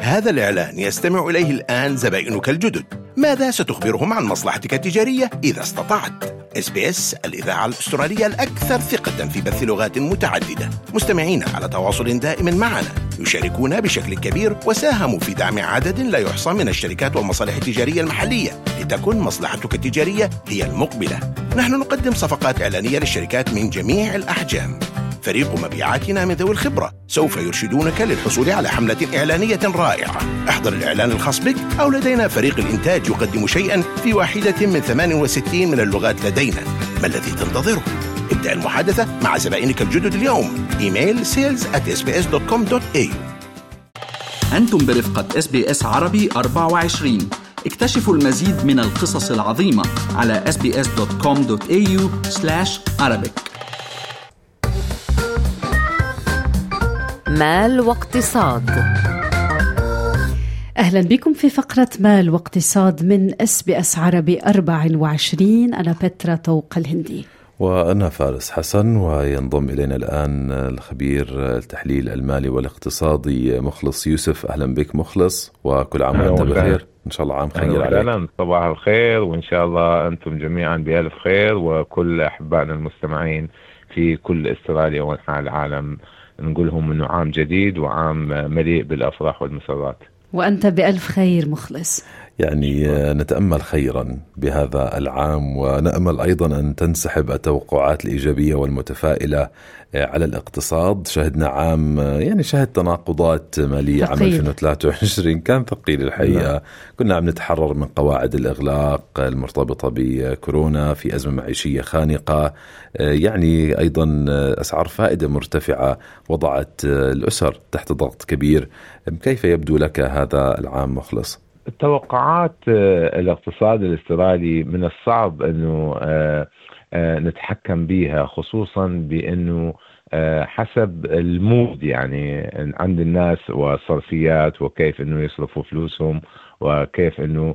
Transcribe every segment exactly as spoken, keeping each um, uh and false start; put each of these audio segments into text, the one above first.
هذا الإعلان يستمع إليه الآن زبائنك الجدد. ماذا ستخبرهم عن مصلحتك التجارية إذا استطعت؟ إس بي إس الإذاعة الأسترالية الأكثر ثقة في بث لغات متعددة. مستمعين على تواصل دائم معنا، يشاركون بشكل كبير وساهموا في دعم عدد لا يحصى من الشركات والمصالح التجارية المحلية لتكن مصلحتك التجارية هي المقبلة. نحن نقدم صفقات إعلانية للشركات من جميع الأحجام. فريق مبيعاتنا من ذوي الخبرة سوف يرشدونك للحصول على حملة إعلانية رائعة. احضر الإعلان الخاص بك، أو لدينا فريق الإنتاج يقدم شيئا في واحدة من ثمان وستين من اللغات لدينا. ما الذي تنتظره؟ ابدأ المحادثة مع زبائنك الجدد اليوم. إيميل sales at s b s dot com dot a u. أنتم برفقة إس بي إس عربي أربعة وعشرين. اكتشفوا المزيد من القصص العظيمة على s b s dot com dot a u slash arabic. مال واقتصاد. أهلا بكم في فقرة مال واقتصاد من إس بي إس عربي أربعة وعشرين. أنا بترا طوق الهندي وأنا فارس حسن، وينضم إلينا الآن الخبير التحليل المالي والاقتصادي مخلص يوسف. أهلا بك مخلص، وكل عام وأنت بخير. إن شاء الله عام خير عليك. أهلا، صباح الخير، وإن شاء الله أنتم جميعا بألف خير، وكل أحبائنا المستمعين في كل استراليا وأنحاء العالم نقول لهم إنه عام جديد وعام مليء بالأفراح والمسرات. وأنت بألف خير مخلص. يعني نتأمل خيرا بهذا العام، ونأمل أيضا أن تنسحب التوقعات الإيجابية والمتفائلة على الاقتصاد. شهدنا عام يعني شهد تناقضات مالية. عام ألفين وثلاثة وعشرين كان ثقيل الحقيقة. لا. كنا عم نتحرر من قواعد الإغلاق المرتبطة بكورونا، في أزمة معيشية خانقة، يعني أيضا أسعار فائدة مرتفعة وضعت الأسر تحت ضغط كبير. كيف يبدو لك هذا العام مخلص؟ التوقعات الاقتصاد الاسترالي من الصعب أنه نتحكم بها، خصوصا بأنه حسب المود يعني عند الناس والصرفيات، وكيف أنه يصرفوا فلوسهم، وكيف أنه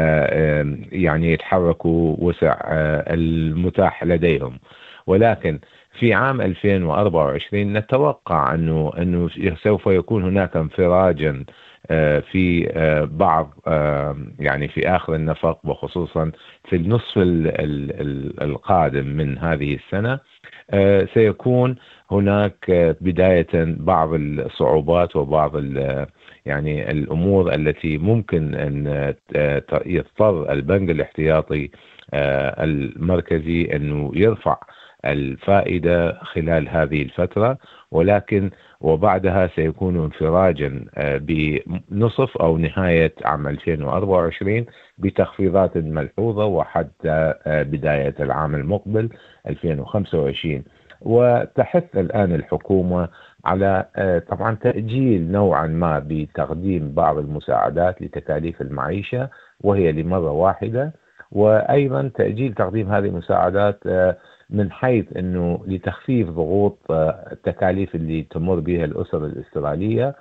يعني يتحركوا وسع المتاح لديهم. ولكن في عام ألفين وأربعة وعشرين نتوقع أنه أنه سوف يكون هناك انفراجا في بعض يعني في آخر النفق، وخصوصا في النصف القادم من هذه السنة سيكون هناك بداية بعض الصعوبات وبعض يعني الأمور التي ممكن أن يضطر البنك الاحتياطي المركزي أنه يرفع الفائدة خلال هذه الفترة، ولكن وبعدها سيكون انفراجا بنصف أو نهاية عام ألفين وأربعة وعشرين بتخفيضات ملحوظة، وحتى بداية العام المقبل ألفين وخمسة وعشرين. وتحث الآن الحكومة على طبعا تأجيل نوعا ما بتقديم بعض المساعدات لتكاليف المعيشة، وهي لمرة واحدة، وأيضا تأجيل تقديم هذه المساعدات من حيث أنه لتخفيف ضغوط التكاليف اللي تمر بها الأسر الأسترالية،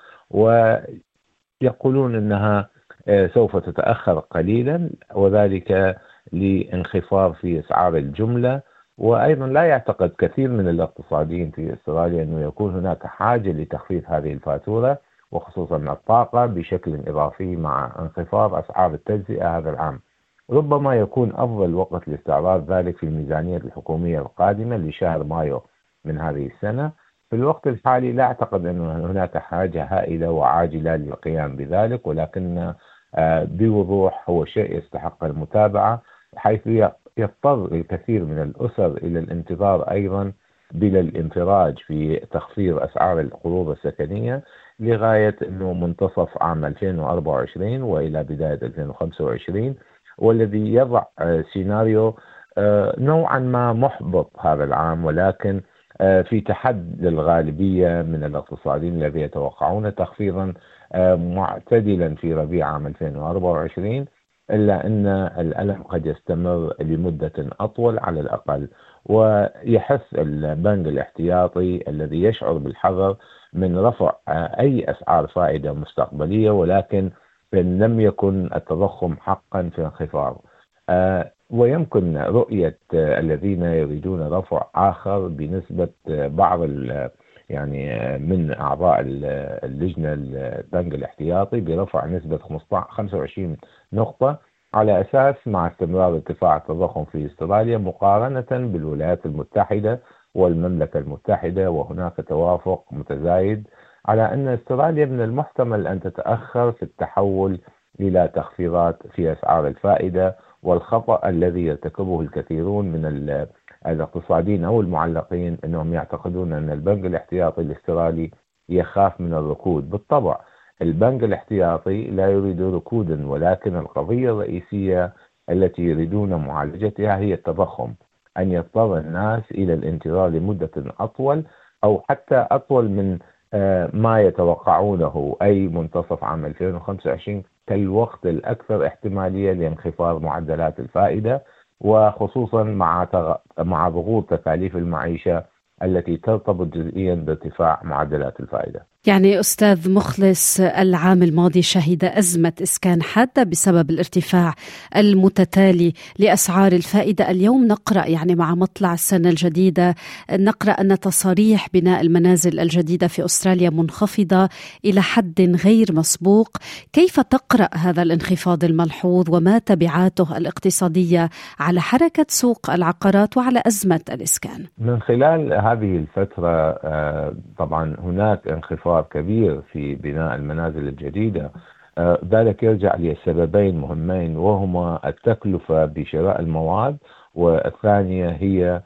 ويقولون أنها سوف تتأخر قليلا، وذلك لانخفاض في أسعار الجملة. وأيضا لا يعتقد كثير من الاقتصاديين في أستراليا أنه يكون هناك حاجة لتخفيف هذه الفاتورة، وخصوصا الطاقة بشكل إضافي مع انخفاض أسعار التجزئة هذا العام. ربما يكون أفضل وقت لاستعراض ذلك في الميزانية الحكومية القادمة لشهر مايو من هذه السنة. في الوقت الحالي لا أعتقد أن هناك حاجة هائلة وعاجلة للقيام بذلك، ولكن بوضوح هو شيء يستحق المتابعة، حيث يضطر الكثير من الأسر إلى الانتظار أيضا بلا الانفراج في تخفيض أسعار القروض السكنية لغاية أنه منتصف عام ألفين وأربعة وعشرين وإلى بداية ألفين وخمسة وعشرين، والذي يضع سيناريو نوعا ما محبط هذا العام، ولكن في تحدي للغالبية من الاقتصاديين الذين يتوقعون تخفيضا معتدلا في ربيع عام ألفين وأربعة وعشرين، إلا أن الألم قد يستمر لمدة أطول على الأقل. ويحث البنك الاحتياطي الذي يشعر بالحذر من رفع أي أسعار فائدة مستقبلية، ولكن لم يكن التضخم حقا في انخفاض. ويمكن رؤية الذين يريدون رفع آخر بنسبة بعض يعني من أعضاء اللجنة البنك الاحتياطي برفع نسبة خمسة وعشرين نقطة على أساس مع استمرار ارتفاع التضخم في استراليا مقارنة بالولايات المتحدة والمملكة المتحدة، وهناك توافق متزايد على أن استراليا من المحتمل أن تتأخر في التحول إلى تخفيضات في أسعار الفائدة، والخطأ الذي يرتكبه الكثيرون من الاقتصاديين أو المعلقين أنهم يعتقدون أن البنك الاحتياطي الاسترالي يخاف من الركود. بالطبع البنك الاحتياطي لا يريد ركودا، ولكن القضية الرئيسية التي يريدون معالجتها هي التضخم، أن يضطر الناس إلى الانتظار لمدة أطول أو حتى أطول من ما يتوقعونه، أي منتصف عام ألفين وخمسة وعشرين كالوقت الأكثر احتمالية لانخفاض معدلات الفائدة، وخصوصا مع مع ضغوط تكاليف المعيشة التي ترتبط جزئيا بارتفاع معدلات الفائدة. يعني أستاذ مخلص، العام الماضي شهد أزمة إسكان حادة بسبب الارتفاع المتتالي لأسعار الفائدة. اليوم نقرأ يعني مع مطلع السنة الجديدة نقرأ أن تصاريح بناء المنازل الجديدة في أستراليا منخفضة إلى حد غير مسبوق. كيف تقرأ هذا الانخفاض الملحوظ وما تبعاته الاقتصادية على حركة سوق العقارات وعلى أزمة الإسكان؟ من خلال هذه الفترة طبعا هناك انخفاض كبير في بناء المنازل الجديدة. ذلك يرجع لسببين مهمين، وهما التكلفة بشراء المواد، والثانية هي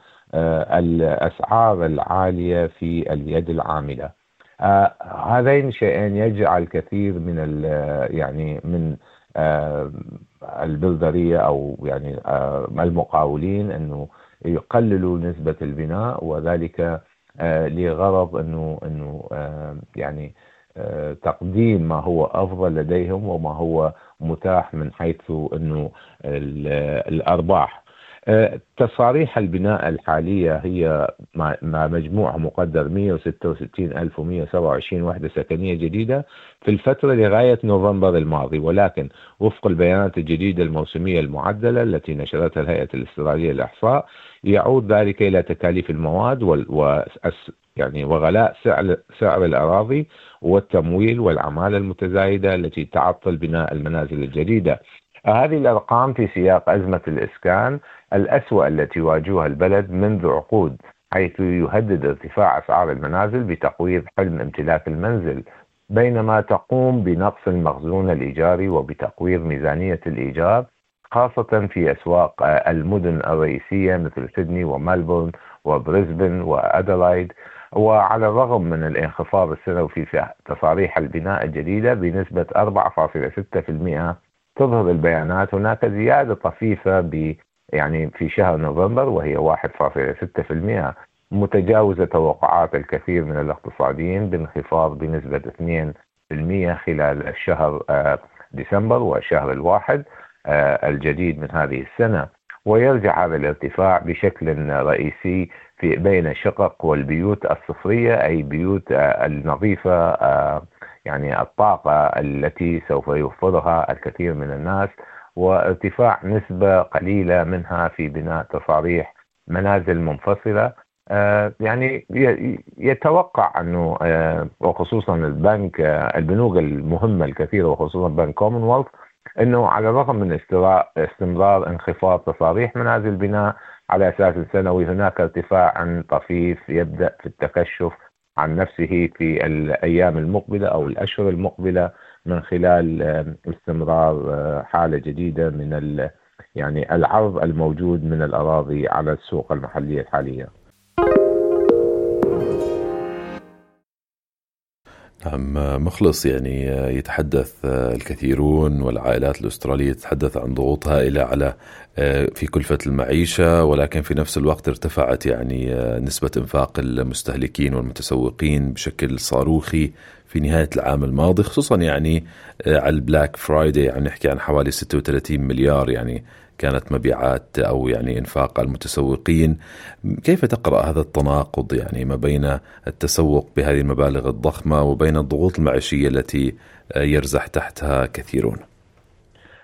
الأسعار العالية في اليد العاملة. هذين الشيئين يجعل كثير من يعني من البلدرية أو يعني المقاولين أنه يقللوا نسبة البناء، وذلك لغرض أنه أنه يعني تقديم ما هو أفضل لديهم وما هو متاح من حيث أنه الأرباح. تصاريح البناء الحالية هي مع مجموع مقدر مئة وستة وستين ألف ومئة وسبعة وعشرين وحدة سكنية جديدة في الفترة لغاية نوفمبر الماضي، ولكن وفق البيانات الجديدة الموسمية المعدلة التي نشرتها الهيئة الاسترالية للإحصاء يعود ذلك إلى تكاليف المواد و يعني وغلاء سعر سعر الأراضي والتمويل والعمالة المتزايدة التي تعطل بناء المنازل الجديدة. هذه الأرقام في سياق أزمة الإسكان الأسوأ التي واجهها البلد منذ عقود، حيث يهدد ارتفاع أسعار المنازل بتقويض حلم امتلاك المنزل، بينما تقوم بنقص المخزون الإيجاري وبتقويض ميزانية الإيجار، خاصة في أسواق المدن الرئيسية مثل سيدني وملبورن وبريسبن وأدلايد. وعلى الرغم من الانخفاض السنوي في تصاريح البناء الجديدة بنسبة أربعة فاصلة ستة بالمئة، تظهر البيانات هناك زيادة طفيفة ب يعني في شهر نوفمبر وهي واحد فاصلة ستة بالمئة، متجاوزة توقعات الكثير من الاقتصاديين بانخفاض بنسبة اثنين بالمئة خلال الشهر ديسمبر والشهر الواحد الجديد من هذه السنة. ويرجع هذا الارتفاع بشكل رئيسي في بين الشقق والبيوت الصفرية، أي بيوت النظيفة، يعني الطاقة التي سوف يوفرها الكثير من الناس، وارتفاع نسبة قليلة منها في بناء تصاريح منازل منفصلة. يعني يتوقع أنه وخصوصا البنك البنوك المهمة الكثيرة وخصوصا بنك كومنولث أنه على الرغم من استمرار انخفاض تصاريح منازل بناء على أساس السنوي، هناك ارتفاع طفيف يبدأ في التكشف عن نفسه في الأيام المقبلة أو الأشهر المقبلة من خلال استمرار حالة جديدة من يعني العرض الموجود من الأراضي على السوق المحلية الحالية. نعم مخلص، يعني يتحدث الكثيرون والعائلات الأسترالية تتحدث عن ضغوط هائلة على في كلفة المعيشة، ولكن في نفس الوقت ارتفعت يعني نسبة إنفاق المستهلكين والمتسوقين بشكل صاروخي في نهاية العام الماضي، خصوصا يعني على البلاك فرايداي، يعني نحكي عن حوالي ستة وثلاثين مليار يعني كانت مبيعات أو يعني إنفاق المتسوقين. كيف تقرأ هذا التناقض يعني ما بين التسوق بهذه المبالغ الضخمة وبين الضغوط المعيشية التي يرزح تحتها كثيرون؟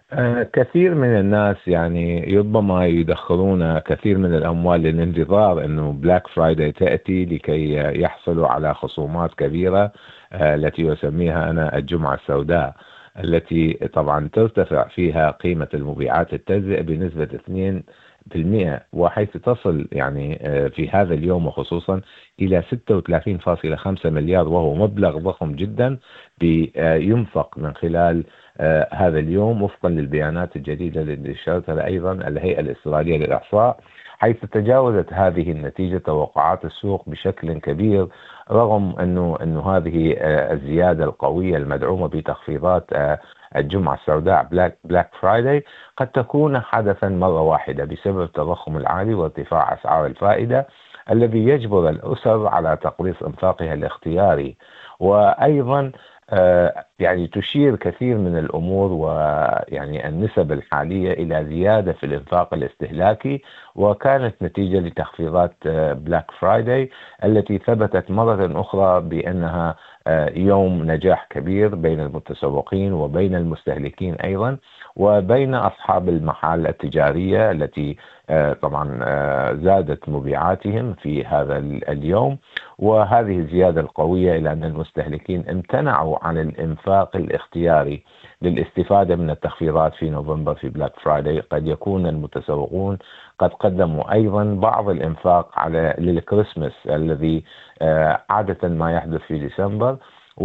كثير من الناس يعني ربما يدخرون كثير من الأموال للانتظار أنه بلاك فرايداي تأتي لكي يحصلوا على خصومات كبيرة التي يسميها أنا الجمعة السوداء، التي طبعا ترتفع فيها قيمة المبيعات التجزئة بنسبة اثنين بالمئة، وحيث تصل يعني في هذا اليوم وخصوصا إلى ستة وثلاثين فاصلة خمسة مليار، وهو مبلغ ضخم جدا ينفق من خلال هذا اليوم وفقا للبيانات الجديدة اللي نشرتها أيضا الهيئة الأسترالية للإحصاء، حيث تجاوزت هذه النتيجة توقعات السوق بشكل كبير، رغم أنه أنه هذه الزيادة القوية المدعومة بتخفيضات الجمعة السوداء بلاك بلاك فرايداي قد تكون حدثا مرة واحدة بسبب التضخم العالي وارتفاع أسعار الفائدة الذي يجبر الأسر على تقليص إنفاقها الاختياري. وأيضا يعني تشير كثير من الأمور ويعني النسب الحالية إلى زيادة في الإنفاق الاستهلاكي، وكانت نتيجة لتخفيضات بلاك فرايداي التي ثبتت مرة أخرى بأنها يوم نجاح كبير بين المتسوقين وبين المستهلكين أيضا، وبين أصحاب المحال التجارية التي طبعا زادت مبيعاتهم في هذا اليوم. وهذه الزيادة القوية إلى أن المستهلكين امتنعوا عن الإنفاق الاختياري للاستفادة من التخفيضات في نوفمبر في بلاك فرايداي. قد يكون المتسوقون قد قدموا أيضا بعض الإنفاق على للكريسماس الذي عادة ما يحدث في ديسمبر،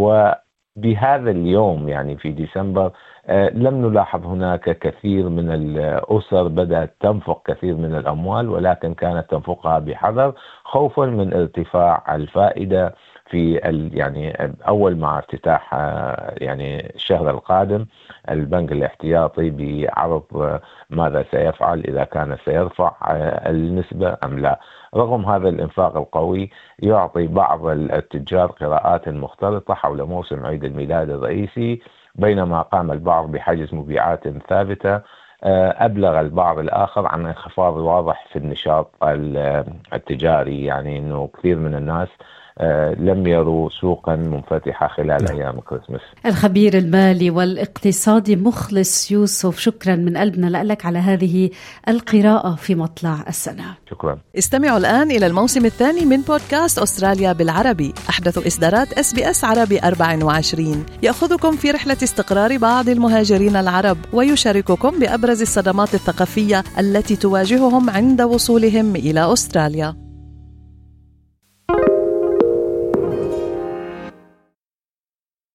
وبهذا اليوم يعني في ديسمبر لم نلاحظ هناك كثير من الأسر بدأت تنفق كثير من الأموال، ولكن كانت تنفقها بحذر خوفا من ارتفاع الفائدة في يعني أول مع افتتاح يعني الشهر القادم البنك الاحتياطي بعرض ماذا سيفعل، إذا كان سيرفع النسبة أم لا. رغم هذا الإنفاق القوي يعطي بعض التجار قراءات مختلطة حول موسم عيد الميلاد الرئيسي، بينما قام البعض بحجز مبيعات ثابتة، أبلغ البعض الآخر عن انخفاض واضح في النشاط التجاري، يعني أنه كثير من الناس لم يروا سوقا منفتحة خلال أيام الكريسماس. الخبير المالي والاقتصادي مخلص يوسف، شكرا من قلبنا لك على هذه القراءة في مطلع السنة. شكرا. استمعوا الآن إلى الموسم الثاني من بودكاست أستراليا بالعربي، أحدث إصدارات إس بي إس عربي أربعة وعشرين، يأخذكم في رحلة استقرار بعض المهاجرين العرب ويشارككم بأبرز الصدمات الثقافية التي تواجههم عند وصولهم إلى أستراليا.